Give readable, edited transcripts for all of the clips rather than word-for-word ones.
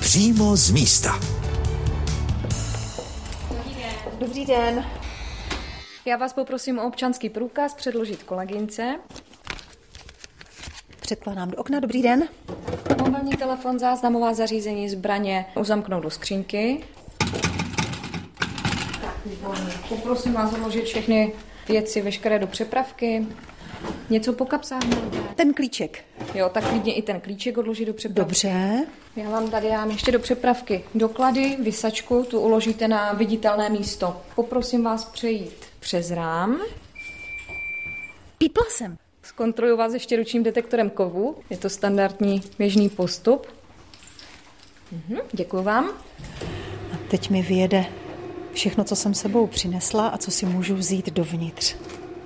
Přímo z místa. Dobrý den. Já vás poprosím o občanský průkaz předložit kolegyňce. Předkládám do okna. Dobrý den. Mobilní telefon, záznamová zařízení, zbraně uzamknout do skřínky. Tak, výborně. Poprosím vás odložit všechny věci, veškeré do přepravky. Něco po kapsách máte? Ten klíček. Jo, tak klidně i ten klíček odložit do přepravky. Dobře. Já vám tady dám ještě do přepravky doklady, visačku, tu uložíte na viditelné místo. Poprosím vás přejít přes rám. Pípla jsem. Zkontroluji vás ještě ručním detektorem kovu. Je to standardní běžný postup. Děkuji vám. A teď mi vyjede všechno, co jsem sebou přinesla a co si můžu vzít dovnitř.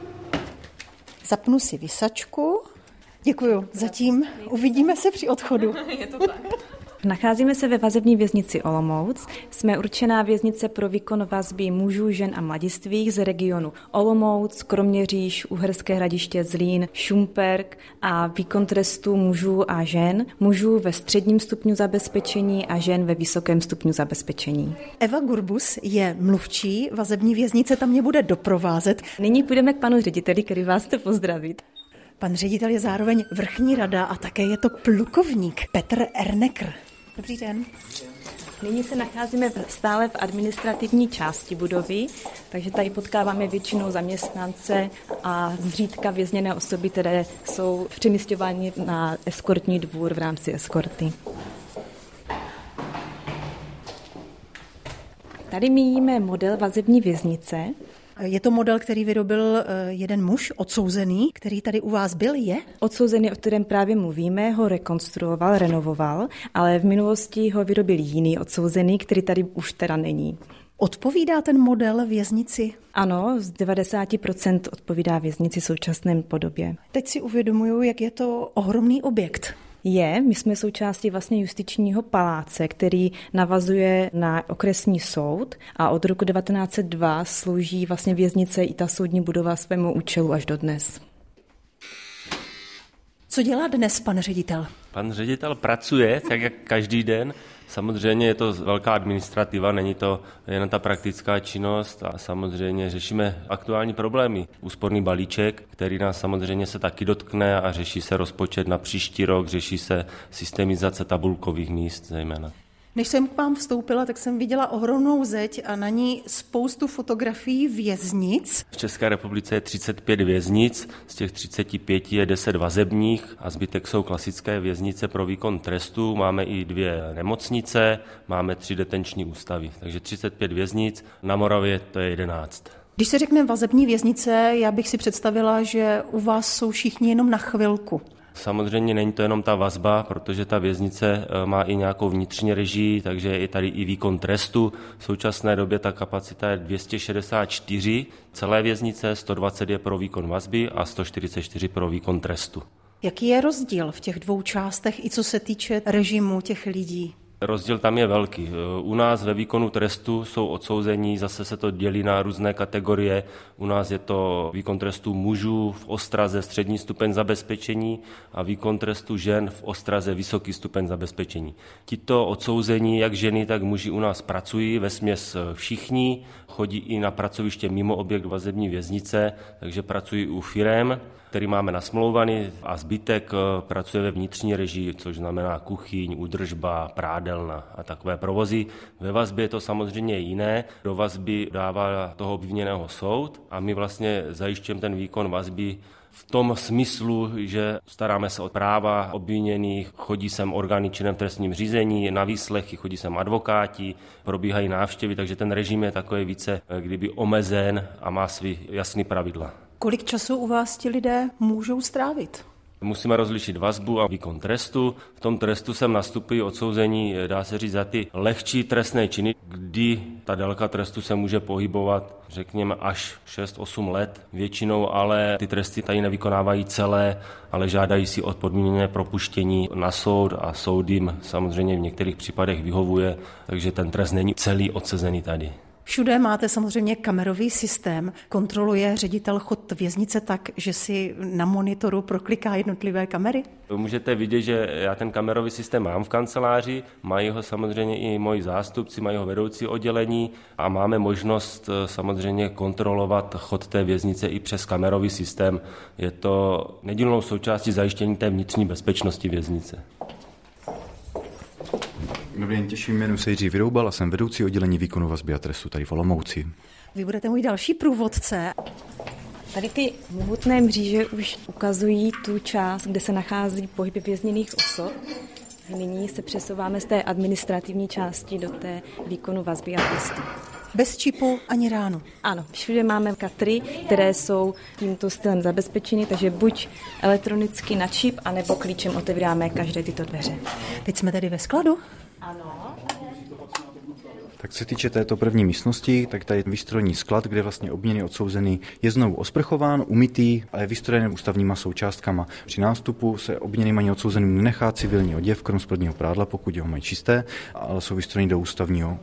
Zapnu si visačku. Děkuju. Zatím uvidíme se při odchodu. Je to tak. Nacházíme se ve vazební věznici Olomouc. Jsme určená věznice pro výkon vazby mužů, žen a mladistvých z regionu Olomouc, Kroměříž, Uherské Hradiště, Zlín, Šumperk a výkon trestu mužů a žen, mužů ve středním stupňu zabezpečení a žen ve vysokém stupňu zabezpečení. Eva Gurbus je mluvčí vazební věznice, tam mě bude doprovázet. Nyní půjdeme k panu řediteli, který vás chce pozdravit. Pan ředitel je zároveň vrchní rada a také je to plukovník Petr Ernekr. Dobrý den. Nyní se nacházíme stále v administrativní části budovy, takže tady potkáváme většinou zaměstnance a zřídka vězněné osoby, které jsou přemísťovány na eskortní dvůr v rámci eskorty. Tady míjíme model vazební věznice. Je to model, který vyrobil jeden muž, odsouzený, který tady u vás byl, je? Odsouzený, o kterém právě mluvíme, ho rekonstruoval, renovoval, ale v minulosti ho vyrobil jiný odsouzený, který tady už teda není. Odpovídá ten model věznici? Ano, z 90% odpovídá věznici současné podobě. Teď si uvědomuju, jak je to ohromný objekt. My jsme součástí vlastně justičního paláce, který navazuje na okresní soud a od roku 1902 slouží vlastně věznice i ta soudní budova svému účelu až dodnes. Co dělá dnes pan ředitel? Pan ředitel pracuje, tak jak každý den. Samozřejmě je to velká administrativa, není to jen ta praktická činnost a samozřejmě řešíme aktuální problémy. Úsporný balíček, který nás samozřejmě se taky dotkne a řeší se rozpočet na příští rok, řeší se systemizace tabulkových míst zejména. Než jsem k vám vstoupila, tak jsem viděla ohromnou zeď a na ní spoustu fotografií věznic. V České republice je 35 věznic, z těch 35 je 10 vazebních a zbytek jsou klasické věznice pro výkon trestu. Máme i 2 nemocnice, máme 3 detenční ústavy, takže 35 věznic, na Moravě to je 11. Když se řekne vazební věznice, já bych si představila, že u vás jsou všichni jenom na chvilku. Samozřejmě není to jenom ta vazba, protože ta věznice má i nějakou vnitřní režii, takže je tady i výkon trestu. V současné době ta kapacita je 264 celé věznice, 120 je pro výkon vazby a 144 pro výkon trestu. Jaký je rozdíl v těch 2 částech, i co se týče režimu těch lidí? Rozdíl tam je velký. U nás ve výkonu trestu jsou odsouzení, zase se to dělí na různé kategorie. U nás je to výkon trestu mužů v ostraze střední stupeň zabezpečení a výkon trestu žen v ostraze vysoký stupeň zabezpečení. Tito odsouzení, jak ženy, tak muži u nás pracují, vesměs všichni, chodí i na pracoviště mimo objekt vazební věznice, takže pracují u firem, který máme nasmlouvaný a zbytek pracuje ve vnitřní režii, což znamená kuchyň, údržba, prádelna a takové provozy. Ve vazbě je to samozřejmě jiné. Do vazby dává toho obviněného soud a my vlastně zajišťujeme ten výkon vazby v tom smyslu, že staráme se o práva obviněných, chodí sem orgány činné v trestním řízení, na výslechy chodí sem advokáti, probíhají návštěvy, takže ten režim je takový více kdyby omezen a má svý jasný pravidla. Kolik času u vás ti lidé můžou strávit? Musíme rozlišit vazbu a výkon trestu. V tom trestu sem nastupují odsouzení, dá se říct, za ty lehčí trestné činy, kdy ta délka trestu se může pohybovat, řekněme, až 6-8 let většinou, ale ty tresty tady nevykonávají celé, ale žádají si o podmíněné propuštění na soud a soud jim samozřejmě v některých případech vyhovuje, takže ten trest není celý odsezený tady. Všude máte samozřejmě kamerový systém. Kontroluje ředitel chod věznice tak, že si na monitoru prokliká jednotlivé kamery? Můžete vidět, že já ten kamerový systém mám v kanceláři, mají ho samozřejmě i moji zástupci, mají ho vedoucí oddělení a máme možnost samozřejmě kontrolovat chod té věznice i přes kamerový systém. Je to nedílnou součástí zajištění té vnitřní bezpečnosti věznice. Dobrý den, jméno se Jiří Vyroubal a jsem vedoucí oddělení výkonu vazby a trestu tady v Olomouci. Vy budete můj další průvodce. Tady ty mohutné mříže už ukazují tu část, kde se nachází pohyb vězněných osob. Nyní se přesouváme z té administrativní části do té výkonu vazby a trestu. Bez čipu ani ránu. Ano, všude máme katry, které jsou tímto stylem zabezpečeny, takže buď elektronicky na čip, anebo klíčem otevíráme každé tyto dveře. Teď jsme tady ve skladu? Ano. Tak co se týče této první místnosti, tak tady je výstrojní sklad, kde vlastně obměněný odsouzený je znovu osprchován, umytý a je vystrojen ústavníma součástkama. Při nástupu se obměněným ani odsouzeným nenechá civilní oděv, krom spodního prádla, pokud ho mají čisté, ale jsou vystrojeni do ústavního.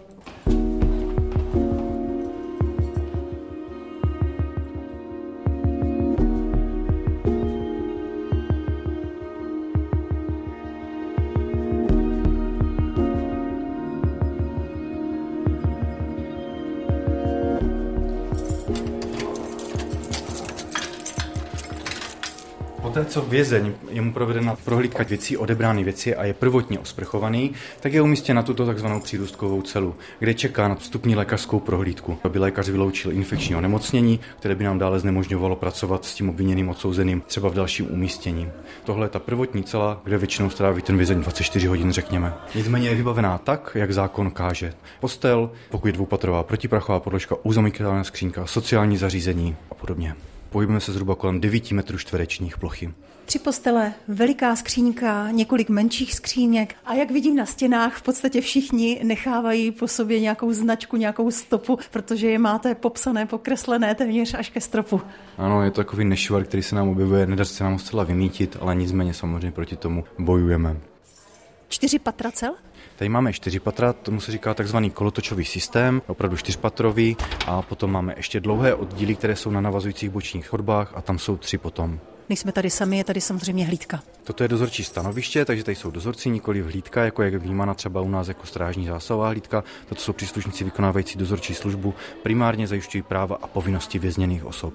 Poté, co vězeň je mu provedena prohlídka věcí, odebrány věci a je prvotně osprchovaný, tak je umístěn na tuto takzvanou přírůstkovou celu, kde čeká na vstupní lékařskou prohlídku, aby lékař vyloučil infekční onemocnění, které by nám dále znemožňovalo pracovat s tím obviněným odsouzeným třeba v dalším umístění. Tohle je ta prvotní cela, kde většinou stráví ten vězeň 24 hodin, řekněme. Nicméně je vybavená tak, jak zákon káže. Postel, pokud je dvoupatrová protiprachová podložka, uzamykatelná skřínka, sociální zařízení a podobně. Pohybujeme se zhruba kolem 9 metrů čtverečních plochy. 3 postele, veliká skřínka, několik menších skříněk a jak vidím na stěnách, v podstatě všichni nechávají po sobě nějakou značku, nějakou stopu, protože je máte popsané, pokreslené téměř až ke stropu. Ano, je to takový nešvar, který se nám objevuje, nedaří se nám ho zcela vymítit, ale nicméně samozřejmě proti tomu bojujeme. 4 patra cel? Tady máme 4 patra, tomu se říká takzvaný kolotočový systém, opravdu 4patrový, a potom máme ještě dlouhé oddíly, které jsou na navazujících bočních chodbách a tam jsou 3 potom. Nejsme tady sami, je tady samozřejmě hlídka. Toto je dozorčí stanoviště, takže tady jsou dozorci, nikoli hlídka, jako je vnímána třeba u nás jako strážní zásahová hlídka. Toto jsou příslušníci vykonávající dozorčí službu, primárně zajišťují práva a povinnosti vězněných osob.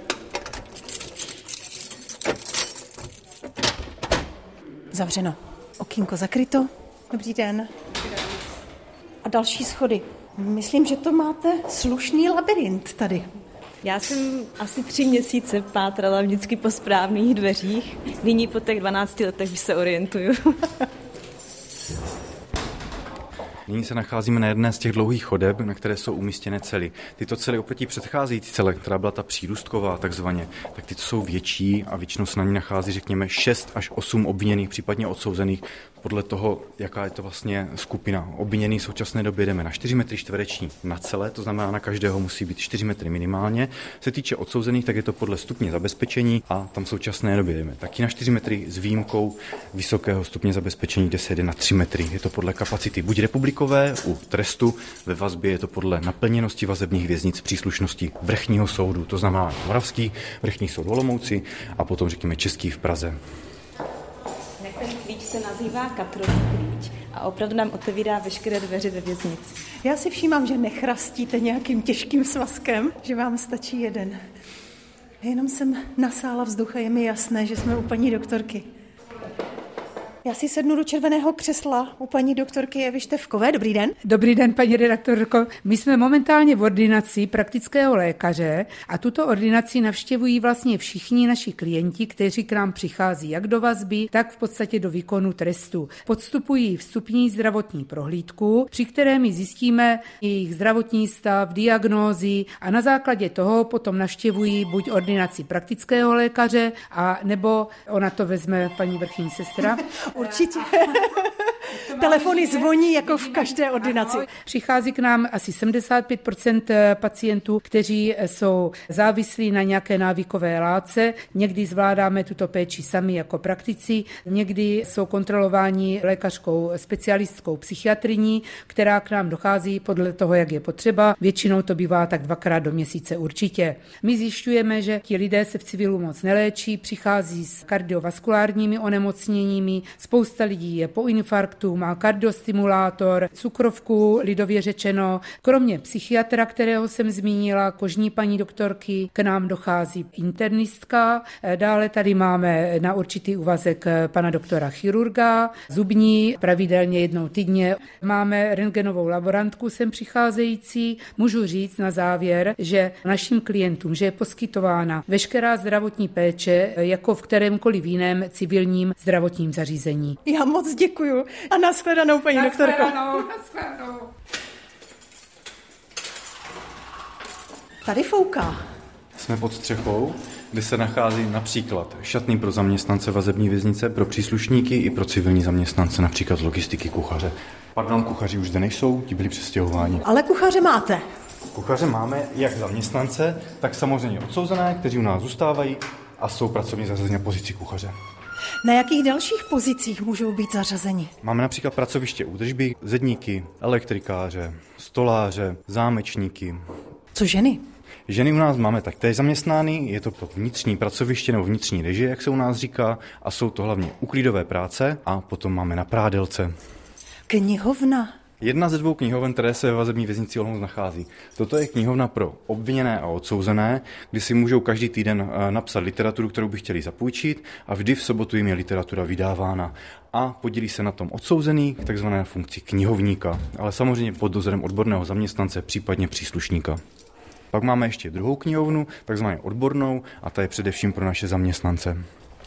Zavřeno. Okýnko zakryto. Dobrý den. A další schody. Myslím, že to máte slušný labirint tady. Já jsem asi 3 měsíce pátrala vždycky po správných dveřích. Nyní po těch 12 letech už se orientuju. Nyní se nacházíme na jedné z těch dlouhých chodeb, na které jsou umístěné cely. Tyto cely oproti předcházející cele, která byla ta přírůstková takzvaně, tak ty jsou větší a většinou se na ní nachází, řekněme, 6 až 8 obviněných, případně odsouzených, podle toho, jaká je to vlastně skupina. Obviněných v současné době jdeme na 4 metry čtvereční na cele, to znamená, na každého musí být 4 metry minimálně. Se týče odsouzených, tak je to podle stupně zabezpečení a tam v současné době jdeme taky na 4 metry s výjimkou vysokého stupně zabezpečení, kde se jde na 3 metry. Je to podle kapacity buď republikové, u trestu, ve vazbě je to podle naplněnosti vazebních věznic příslušnosti vrchního soudu, to znamená Moravský, vrchní soud v Olomouci a potom řekněme Český v Praze. Ten klíč se nazývá katrový klíč a opravdu nám otevírá veškeré dveře ve věznici. Já si všímám, že nechrastíte nějakým těžkým svazkem, že vám stačí jeden. Jenom jsem nasála vzduch a je mi jasné, že jsme u paní doktorky. Já si sednu do červeného křesla u paní doktorky Evy Števkové. Dobrý den. Dobrý den, paní redaktorko. My jsme momentálně v ordinaci praktického lékaře a tuto ordinaci navštěvují vlastně všichni naši klienti, kteří k nám přichází jak do vazby, tak v podstatě do výkonu trestu. Podstupují vstupní zdravotní prohlídku, při které my zjistíme jejich zdravotní stav, diagnózy a na základě toho potom navštěvují buď ordinaci praktického lékaře, a nebo ona to vezme paní vrchní sestra. Určitě. telefony zvoní jako v každé ordinaci. Přichází k nám asi 75% pacientů, kteří jsou závislí na nějaké návykové látce. Někdy zvládáme tuto péči sami jako praktici, někdy jsou kontrolováni lékařkou specialistkou psychiatriní, která k nám dochází podle toho, jak je potřeba. Většinou to bývá tak 2krát do měsíce určitě. My zjišťujeme, že ti lidé se v civilu moc neléčí, přichází s kardiovaskulárními onemocněními, spousta lidí je po infarktu, má kardiostimulátor, cukrovku, lidově řečeno. Kromě psychiatra, kterého jsem zmínila, kožní paní doktorky, k nám dochází internistka, dále tady máme na určitý úvazek pana doktora chirurga, zubní, pravidelně jednou týdně. Máme rentgenovou laborantku sem přicházející. Můžu říct na závěr, že našim klientům, že je poskytována veškerá zdravotní péče jako v kterémkoliv jiném civilním zdravotním zařízení. Já moc děkuju a nashledanou, paní doktorko. Nashledanou. Tady fouká. Jsme pod střechou, kde se nachází například šatny pro zaměstnance vazební věznice, pro příslušníky i pro civilní zaměstnance, například logistiky kuchaře. Pardon, kuchaři už zde nejsou, ti byli přestěhováni. Ale kuchaře máte. Kuchaře máme jak zaměstnance, tak samozřejmě odsouzené, kteří u nás zůstávají a jsou pracovně zařazeni na pozici kuchaře. Na jakých dalších pozicích můžou být zařazeni? Máme například pracoviště údržby, zedníky, elektrikáře, stoláře, zámečníky. Co ženy? Ženy u nás máme taktéž zaměstnány, je to vnitřní pracoviště nebo vnitřní režie, jak se u nás říká, a jsou to hlavně uklidové práce a potom máme na prádelce. Knihovna. Jedna ze 2 knihoven, které se ve vazební věznici Olomouc nachází. Toto je knihovna pro obviněné a odsouzené, kdy si můžou každý týden napsat literaturu, kterou by chtěli zapůjčit, a vždy v sobotu jim je literatura vydávána. A podílí se na tom odsouzený, takzvané funkci knihovníka, ale samozřejmě pod dozorem odborného zaměstnance, případně příslušníka. Pak máme ještě druhou knihovnu, takzvaně odbornou, a ta je především pro naše zaměstnance.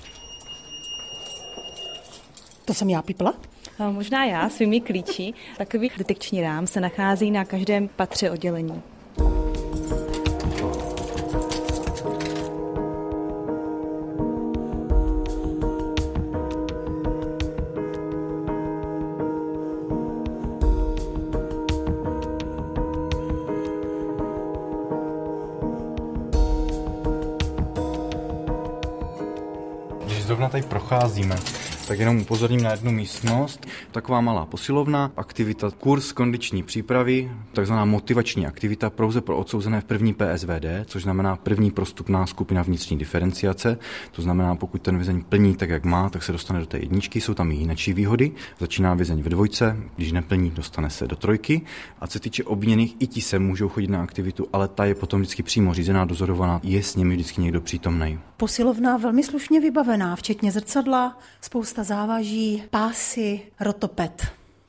To jsem já pipla? Možná já svými klíči. Takový detekční rám se nachází na každém patře oddělení. Když zrovna tady procházíme, tak jenom upozorním na jednu místnost. Taková malá posilovna, aktivita kurz kondiční přípravy, takzvaná motivační aktivita pouze pro odsouzené v první PSVD, což znamená první prostupná skupina vnitřní diferenciace. To znamená, pokud ten vězeň plní tak, jak má, tak se dostane do té 1, jsou tam i jiné výhody. Začíná vězeň ve 2, když neplní, dostane se do 3. A co se týče obviněných, i ti se můžou chodit na aktivitu, ale ta je potom vždycky přímo řízená, dozorovaná, je s nimi vždycky někdo přítomnej. Posilovna velmi slušně vybavená, včetně zrcadla, spousta závaží, pásy, rotoped.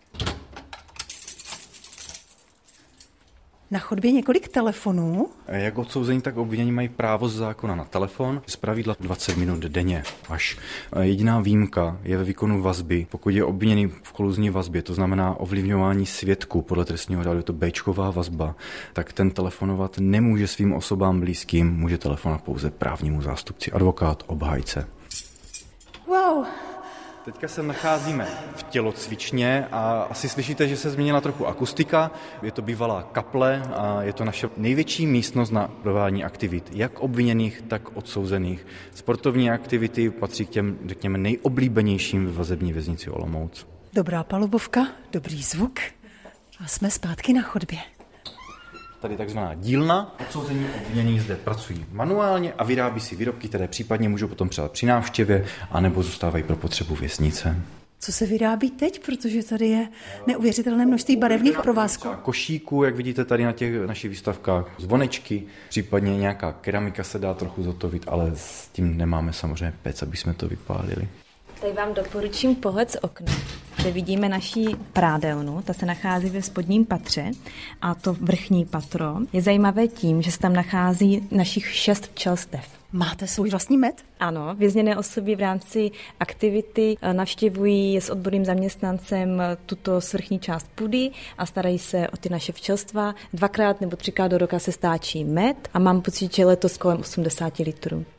Na chodbě několik telefonů. Jak odsouzení, tak obvinění mají právo z zákona na telefon, zpravidla 20 minut denně až. Jediná výjimka je ve výkonu vazby, pokud je obviněný v koluzní vazbě, to znamená ovlivňování svědků, podle trestního řádu je to béčková vazba, tak ten telefonovat nemůže svým osobám blízkým, může telefonovat pouze právnímu zástupci, advokát, obhájce. Wow. Teďka se nacházíme v tělocvičně a asi slyšíte, že se změnila trochu akustika. Je to bývalá kaple a je to naše největší místnost na provádění aktivit, jak obviněných, tak odsouzených. Sportovní aktivity patří k těm, řekněme, nejoblíbenějším ve vazební věznici Olomouc. Dobrá palubovka, dobrý zvuk a jsme zpátky na chodbě. Tady takzvaná dílna. Odsouzení obvinění zde pracují manuálně a vyrábí si výrobky, které případně můžou potom předat při návštěvě anebo zůstávají pro potřebu věznice. Co se vyrábí teď, protože tady je neuvěřitelné množství barevných provázků. Košíků, jak vidíte tady na těch našich výstavkách, zvonečky, případně nějaká keramika se dá trochu zotovit, ale s tím nemáme samozřejmě pec, aby jsme to vypálili. Tady vám doporučím pohled z okna, kde vidíme naší prádelnu, ta se nachází ve spodním patře a to vrchní patro je zajímavé tím, že se tam nachází našich 6 včelstev. Máte svůj vlastní med? Ano, vězněné osoby v rámci aktivity navštěvují s odborným zaměstnancem tuto svrchní část půdy a starají se o ty naše včelstva. 2krát nebo 3krát do roka se stáčí med a mám pocit, že letos kolem 80 litrů.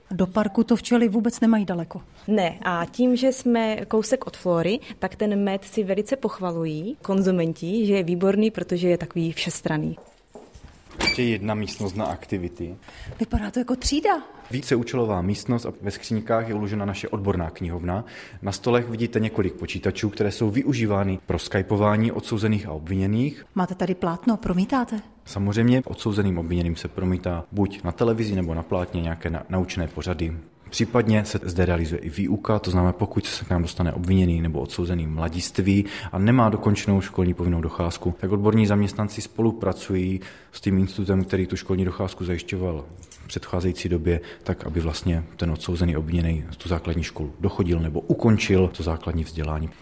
Do parku to včely vůbec nemají daleko. Ne, a tím, že jsme kousek od Flory, tak ten med si velice pochvalují konzumenti, že je výborný, protože je takový všestranný. Ještě jedna místnost na aktivity. Vypadá to jako třída. Víceúčelová místnost a ve skříňkách je uložena naše odborná knihovna. Na stolech vidíte několik počítačů, které jsou využívány pro skypování odsouzených a obviněných. Máte tady plátno, promítáte? Samozřejmě odsouzeným obviněným se promítá buď na televizi nebo na plátně nějaké naučné pořady. Případně se zde realizuje i výuka, to znamená, pokud se k nám dostane obviněný nebo odsouzený mladiství a nemá dokončenou školní povinnou docházku, tak odborní zaměstnanci spolupracují s tím institutem, který tu školní docházku zajišťoval v předcházející době, tak aby vlastně ten odsouzený obviněný tu základní školu dochodil nebo ukončil to základní vzdělání.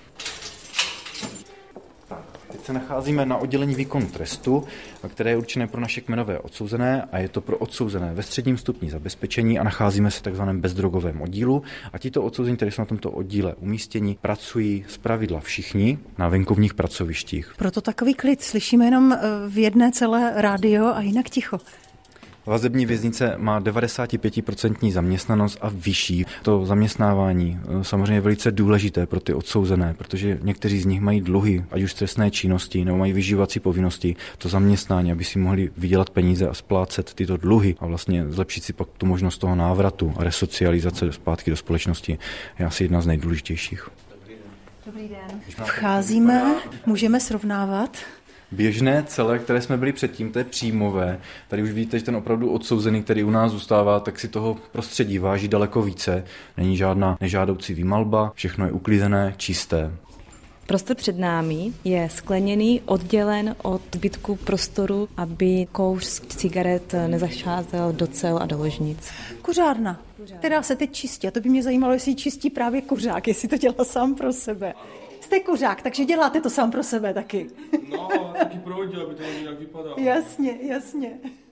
Teď se nacházíme na oddělení výkonu trestu, které je určené pro naše kmenové odsouzené a je to pro odsouzené ve středním stupni zabezpečení a nacházíme se v takzvaném bezdrogovém oddílu a tito odsouzení, kteří jsou na tomto oddíle umístěni, pracují zpravidla všichni na venkovních pracovištích. Proto takový klid, slyšíme jenom v jedné celé rádio a jinak ticho. Vazební věznice má 95% zaměstnanost a vyšší. To zaměstnávání samozřejmě je velice důležité pro ty odsouzené, protože někteří z nich mají dluhy, ať už z trestné činnosti, nebo mají vyživovací povinnosti. To zaměstnání, aby si mohli vydělat peníze a splácet tyto dluhy a vlastně zlepšit si pak tu možnost toho návratu a resocializace zpátky do společnosti, je asi jedna z nejdůležitějších. Dobrý den. Vcházíme, můžeme srovnávat. Běžné cele, které jsme byli předtím, to je příjmové. Tady už vidíte, že ten opravdu odsouzený, který u nás zůstává, tak si toho prostředí váží daleko více. Není žádná nežádoucí výmalba, všechno je uklizené, čisté. Prostor před námi je skleněný, oddělen od zbytku prostoru, aby kouř z cigaret nezacházel do cel a do ložnic. Kuřárna, která se teď čistí. A to by mě zajímalo, jestli čistí právě kuřák, jestli to dělá sám pro sebe. Jste kuřák, takže děláte to sám pro sebe taky. No, taky prohodil, aby to nějak vypadalo. Jasně, jasně.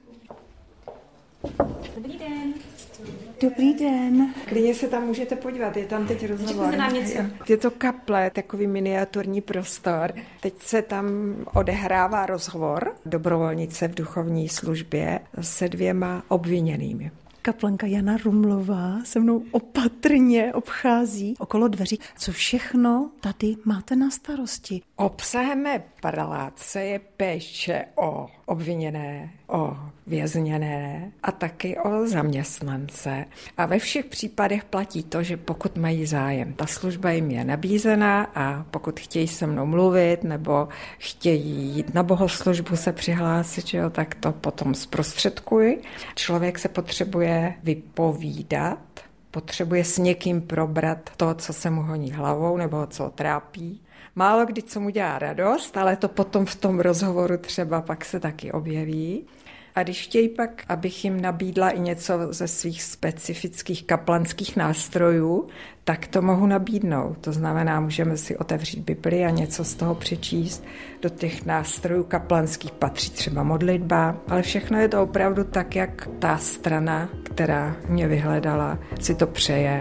Dobrý den. Dobrý den. Klidně se tam můžete podívat, je tam teď rozhovor. Je to kaple, takový miniaturní prostor. Teď se tam odehrává rozhovor dobrovolnice v duchovní službě se 2 obviněnými. Kaplanka Jana Rumlová se mnou opatrně obchází okolo dveří. Co všechno tady máte na starosti? Obsahem mé práce je péče o obviněné, o vězněné a taky o zaměstnance. A ve všech případech platí to, že pokud mají zájem, ta služba jim je nabízená a pokud chtějí se mnou mluvit nebo chtějí jít na bohoslužbu se přihlásit, že jo, tak to potom zprostředkuji. Člověk se potřebuje vypovídat, potřebuje s někým probrat to, co se mu honí hlavou nebo co ho trápí. Málo kdy, co mu dělá radost, ale to potom v tom rozhovoru třeba pak se taky objeví. A když chtějí pak, abych jim nabídla i něco ze svých specifických kaplanských nástrojů, tak to mohu nabídnout. To znamená, můžeme si otevřít Bibli a něco z toho přečíst. Do těch nástrojů kaplanských patří třeba modlitba, ale všechno je to opravdu tak, jak ta strana, která mě vyhledala, si to přeje.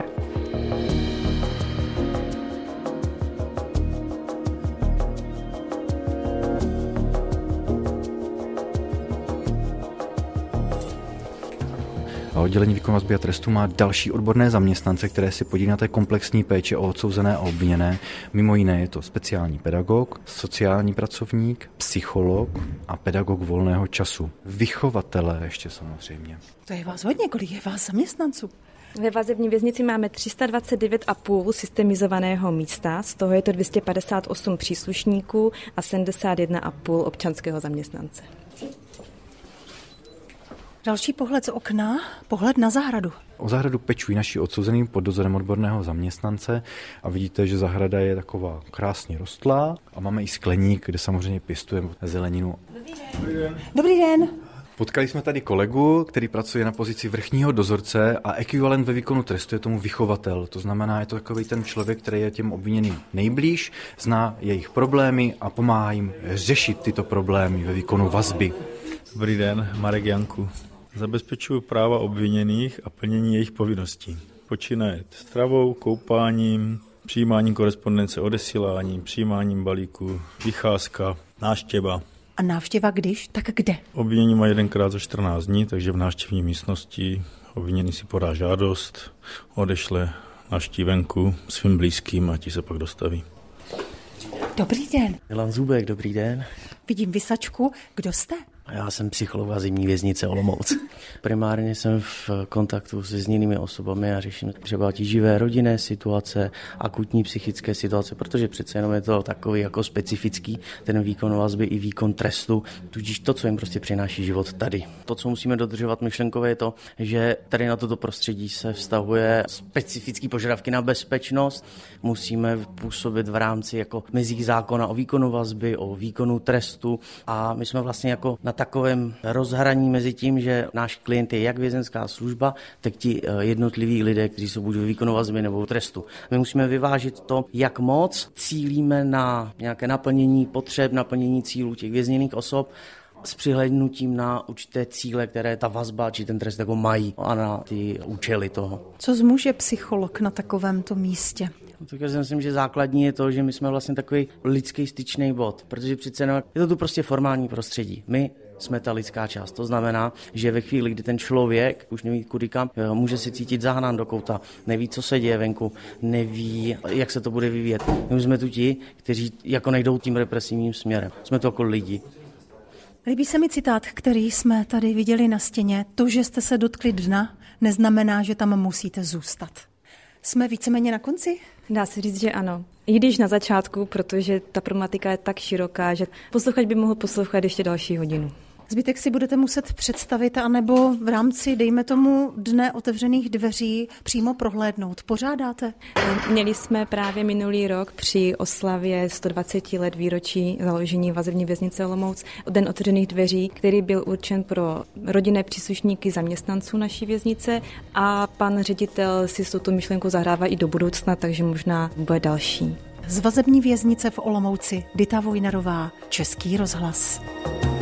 A oddělení výkonu vazby a trestu má další odborné zaměstnance, které si podílí na té komplexní péči o odsouzené a obviněné. Mimo jiné je to speciální pedagog, sociální pracovník, psycholog a pedagog volného času. Vychovatelé ještě samozřejmě. To je vás hodně, kolik je vás zaměstnanců? Ve vazební věznici máme 329,5 systemizovaného místa, z toho je to 258 příslušníků a 71,5 občanského zaměstnance. Další pohled z okna, pohled na zahradu. O zahradu pečují naši odsouzený pod dozorem odborného zaměstnance a vidíte, že zahrada je taková krásně rostlá a máme i skleník, kde samozřejmě pěstujeme zeleninu. Dobrý den. Dobrý den. Potkali jsme tady kolegu, který pracuje na pozici vrchního dozorce a ekvivalent ve výkonu trestu je tomu vychovatel. To znamená, je to takový ten člověk, který je těm obviněným nejblíž, zná jejich problémy a pomáhá jim řešit tyto problémy ve výkonu vazby. Dobrý den, Marek Janku. Zabezpečuju práva obviněných a plnění jejich povinností. Počínaje stravou, koupáním, přijímáním korespondence, odesíláním, přijímáním balíku, vycházka, návštěva. A návštěva když? Tak kde? Obvinění má 1krát za 14 dní, takže v návštěvní místnosti Obviněný si podá žádost, odešle na štívenku svým blízkým a ti se pak dostaví. Dobrý den. Milan Zubek, dobrý den. Vidím visačku. Kdo jste? Já jsem psycholog a zimní věznice Olomouc. Primárně jsem v kontaktu se zněnými osobami a řeším třeba tíživé rodinné situace, akutní psychické situace, protože přece jenom je to takový jako specifický ten výkon vazby i výkon trestu, tudíž to, co jim prostě přináší život tady. To, co musíme dodržovat myšlenkově, je to, že tady na toto prostředí se vztahuje specifický požadavky na bezpečnost. Musíme působit v rámci jako mezí zákona o výkonu vazby, o výkonu trestu a my jsme vlastně jako na takovém rozhraní mezi tím, že náš klient je jak vězenská služba, tak ti jednotliví lidé, kteří jsou buď ve výkonu vazby nebo trestu. My musíme vyvážit to, jak moc cílíme na nějaké naplnění potřeb, naplnění cílů těch vězněných osob s přihlédnutím na určité cíle, které ta vazba či ten trest jako mají a na ty účely toho. Co zmůže psycholog na takovémto místě? Tak já si myslím, že základní je to, že my jsme vlastně takový lidský styčný bod, protože přece je to tu prostě formální prostředí. My jsme ta lidská část. To znamená, že ve chvíli, kdy ten člověk už neví kudy kam, může se cítit zahnán do kouta, neví, co se děje venku, neví, jak se to bude vyvíjet. My jsme tu ti, kteří jako nejdou tím represivním směrem. Jsme to jako lidi. Líbí se mi citát, který jsme tady viděli na stěně. To, že jste se dotkli dna, neznamená, že tam musíte zůstat. Jsme víceméně na konci? Dá se říct, že ano. I když na začátku, protože ta problematika je tak široká, že posluchač by mohl poslouchat ještě další hodinu. Zbytek si budete muset představit, anebo v rámci, dejme tomu, dne otevřených dveří přímo prohlédnout. Pořádáte? Měli jsme právě minulý rok při oslavě 120 let výročí založení vazební věznice Olomouc den otevřených dveří, který byl určen pro rodinné příslušníky zaměstnanců naší věznice a pan ředitel si s touto myšlenkou zahrává i do budoucna, takže možná bude další. Z vazební věznice v Olomouci Dita Vojnarová, Český rozhlas.